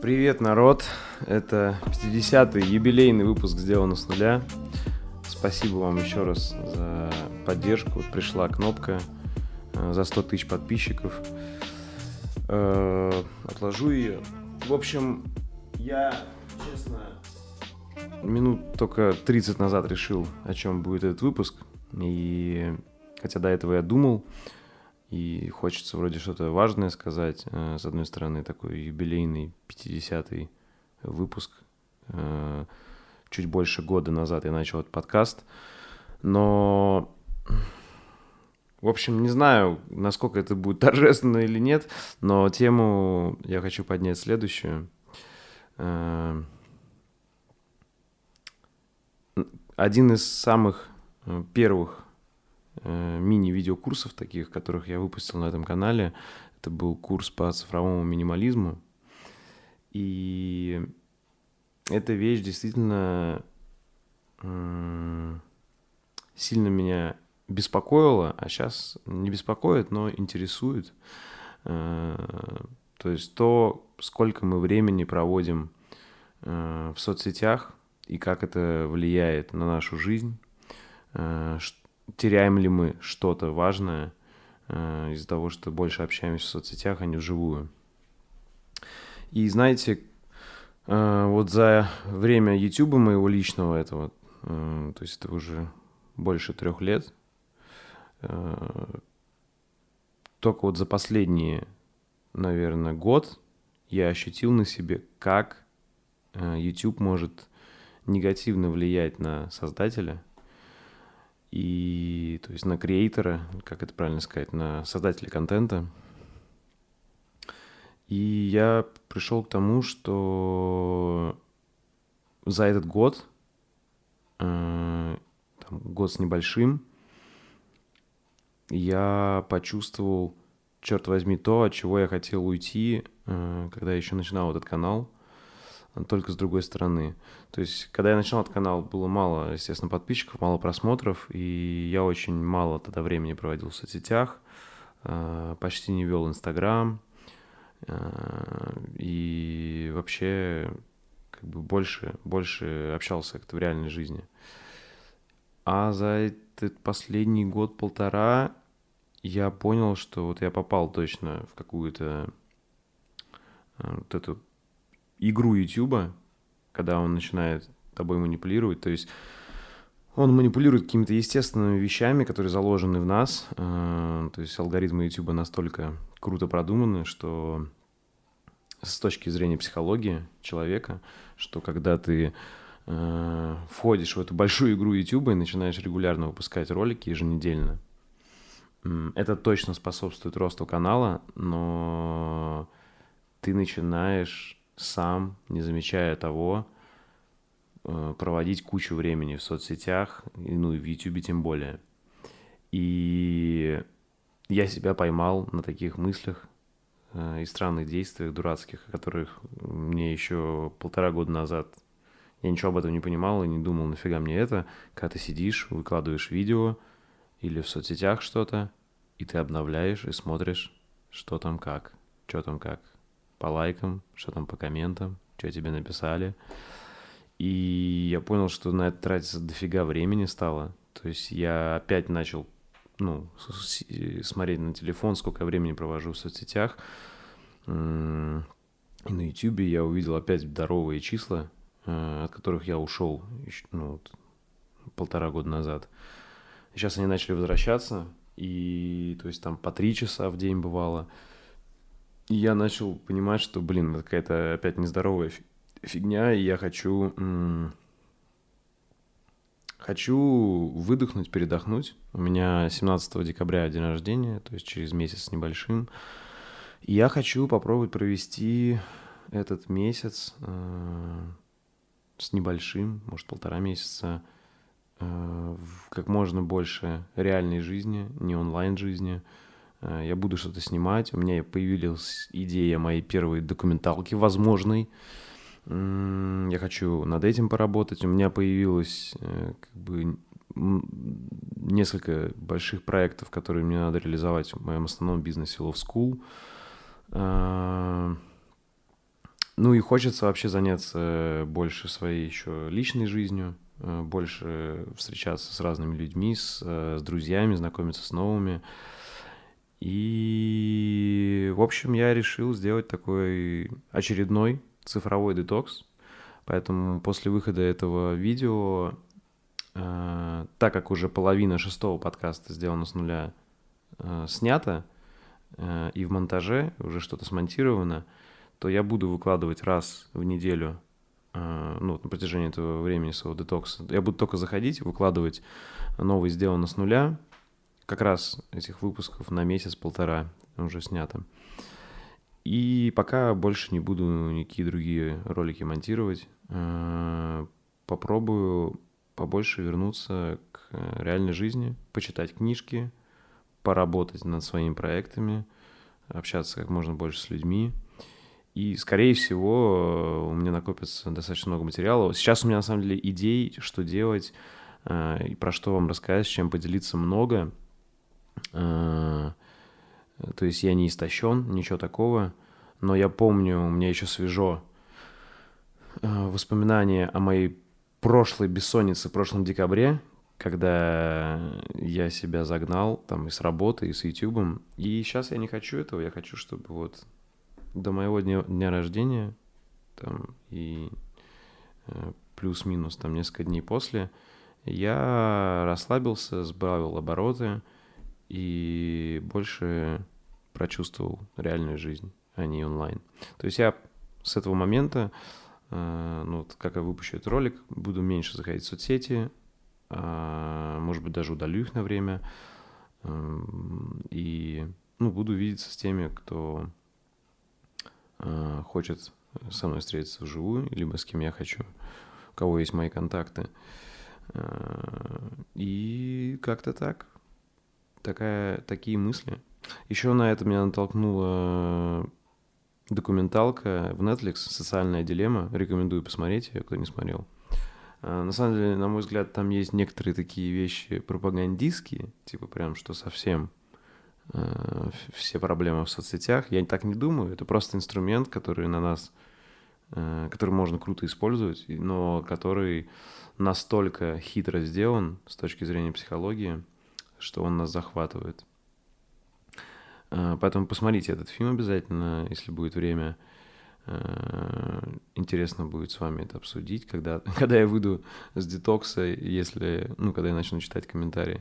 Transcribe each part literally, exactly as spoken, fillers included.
Привет, народ! Это пятидесятый юбилейный выпуск «Сделано с нуля». Спасибо вам еще раз за поддержку. Вот пришла кнопка за сто тысяч подписчиков. Отложу ее. В общем, я, честно, минут только тридцать назад решил, о чем будет этот выпуск. И хотя до этого я думал, и хочется вроде что-то важное сказать. С одной стороны, такой юбилейный пятидесятый выпуск. Чуть больше года назад я начал этот подкаст. Но, в общем, не знаю, насколько это будет торжественно или нет, но тему я хочу поднять следующую. Один из самых первых мини-видеокурсов таких, которых я выпустил на этом канале, это был курс по цифровому минимализму. И эта вещь действительно сильно меня беспокоила, а сейчас не беспокоит, но интересует. То есть то, сколько мы времени проводим в соцсетях и как это влияет на нашу жизнь, теряем ли мы что-то важное э, из-за того, что больше общаемся в соцсетях, а не вживую. И знаете, э, вот за время Ютуба моего личного этого, э, то есть это уже больше трех лет, э, только вот за последние, наверное, год я ощутил на себе, как э, YouTube может негативно влиять на создателя, и, то есть на креатора, как это правильно сказать, на создателя контента. И я пришел к тому, что за этот год, э, там, год с небольшим, я почувствовал, черт возьми, то, от чего я хотел уйти, э, когда я еще начинал этот канал, только с другой стороны. То есть, когда я начинал этот канал, было мало, естественно, подписчиков, мало просмотров, и я очень мало тогда времени проводил в соцсетях, почти не вел Инстаграм, и вообще как бы больше, больше общался как-то в реальной жизни. А за этот последний год-полтора я понял, что вот я попал точно в какую-то вот эту игру Ютуба, когда он начинает тобой манипулировать. То есть он манипулирует какими-то естественными вещами, которые заложены в нас. То есть алгоритмы Ютуба настолько круто продуманы, что с точки зрения психологии человека, что когда ты входишь в эту большую игру Ютуба и начинаешь регулярно выпускать ролики еженедельно, это точно способствует росту канала, но ты начинаешь сам, не замечая того, проводить кучу времени в соцсетях, ну и в Ютубе тем более. И я себя поймал на таких мыслях и странных действиях дурацких, о которых мне еще полтора года назад я ничего об этом не понимал и не думал, нафига мне это, когда ты сидишь, выкладываешь видео или в соцсетях что-то, и ты обновляешь и смотришь, что там как, что там как. По лайкам, что там по комментам, что тебе написали. И я понял, что на это тратится дофига времени стало. То есть я опять начал, ну, смотреть на телефон, сколько я времени провожу в соцсетях. И на Ютубе я увидел опять здоровые числа, от которых я ушел, ну, вот, полтора года назад. И сейчас они начали возвращаться, и, то есть, там по три часа в день бывало. И я начал понимать, что, блин, это какая-то опять нездоровая фигня, и я хочу... М- хочу выдохнуть, передохнуть. У меня семнадцатого декабря день рождения, то есть через месяц с небольшим. И я хочу попробовать провести этот месяц э- с небольшим, может, полтора месяца, э- в как можно больше реальной жизни, не онлайн-жизни. Я буду что-то снимать. У меня появилась идея моей первой документалки возможной. Я хочу над этим поработать. У меня появилось как бы несколько больших проектов, которые мне надо реализовать в моем основном бизнесе Love School. Ну и хочется вообще заняться больше своей еще личной жизнью, э, больше встречаться с разными людьми, с, э, с друзьями, знакомиться с новыми. И, в общем, я решил сделать такой очередной цифровой детокс. Поэтому после выхода этого видео, э, так как уже половина шестого подкаста сделана с нуля, э, снята, э, и в монтаже уже что-то смонтировано, то я буду выкладывать раз в неделю, э, ну, на протяжении этого времени своего детокса. Я буду только заходить, выкладывать новый сделано с нуля. Как раз этих выпусков на месяц-полтора уже снято. И пока больше не буду никакие другие ролики монтировать. Попробую побольше вернуться к реальной жизни, почитать книжки, поработать над своими проектами, общаться как можно больше с людьми. И, скорее всего, у меня накопится достаточно много материала. Сейчас у меня, на самом деле, идей, что делать, и про что вам рассказать, с чем поделиться, много. То есть я не истощен, ничего такого. Но я помню, у меня еще свежо воспоминания о моей прошлой бессоннице в прошлом декабре, когда я себя загнал там и с работы, и с ютубом. И сейчас я не хочу этого, я хочу, чтобы вот до моего дня, дня рождения там, и э, плюс-минус там несколько дней после я расслабился, сбавил обороты и больше прочувствовал реальную жизнь, а не онлайн. То есть я с этого момента, э, ну, вот как я выпущу этот ролик, буду меньше заходить в соцсети, э, может быть, даже удалю их на время, э, и ну, буду видеться с теми, кто э, хочет со мной встретиться вживую, либо с кем я хочу, у кого есть мои контакты. Э, и как-то так. Такая, такие мысли. Еще на это меня натолкнула документалка в Netflix «Социальная дилемма». Рекомендую посмотреть ее, кто не смотрел. На самом деле, на мой взгляд, там есть некоторые такие вещи пропагандистские, типа прям, что совсем э, все проблемы в соцсетях. Я так не думаю. Это просто инструмент, который на нас, э, который можно круто использовать, но который настолько хитро сделан с точки зрения психологии, что он нас захватывает. Поэтому посмотрите этот фильм обязательно, если будет время. Интересно будет с вами это обсудить, когда, когда я выйду с детокса, если, ну, когда я начну читать комментарии.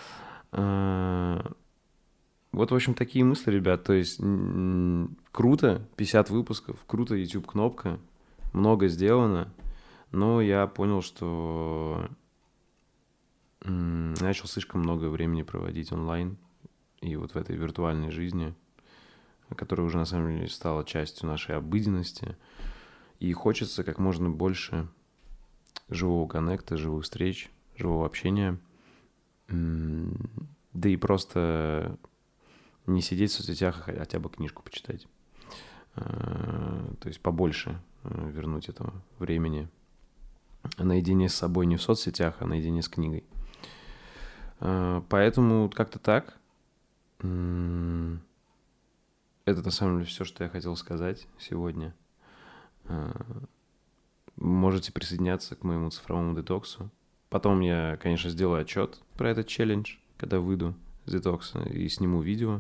Вот, в общем, такие мысли, ребят. То есть круто, пятьдесят выпусков, круто, YouTube-кнопка, много сделано, но я понял, что начал слишком много времени проводить онлайн и вот в этой виртуальной жизни, которая уже на самом деле стала частью нашей обыденности. И хочется как можно больше живого коннекта, живых встреч, живого общения. Да и просто не сидеть в соцсетях, а хотя бы книжку почитать. То есть побольше вернуть этого времени наедине с собой, не в соцсетях, а наедине с книгой. Поэтому как-то так. Это на самом деле все, что я хотел сказать сегодня. Можете присоединяться к моему цифровому детоксу. Потом я, конечно, сделаю отчет про этот челлендж, когда выйду с детокса и сниму видео.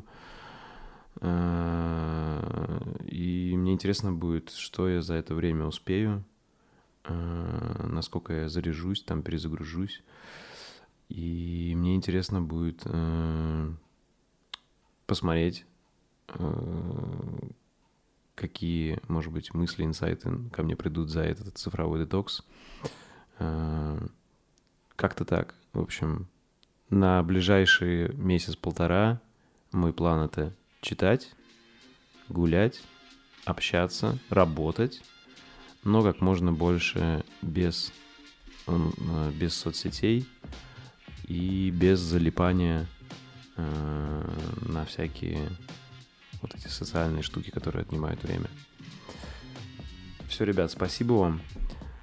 И мне интересно будет, что я за это время успею, насколько я заряжусь, там перезагружусь. И мне интересно будет посмотреть, какие, может быть, мысли, инсайты ко мне придут за этот цифровой детокс. Как-то так. В общем, на ближайшие месяц-полтора мой план — это читать, гулять, общаться, работать, но как можно больше без, без соцсетей и без залипания на всякие вот эти социальные штуки, которые отнимают время. Все, ребят, спасибо вам.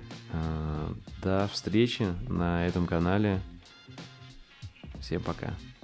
До встречи на этом канале. Всем пока.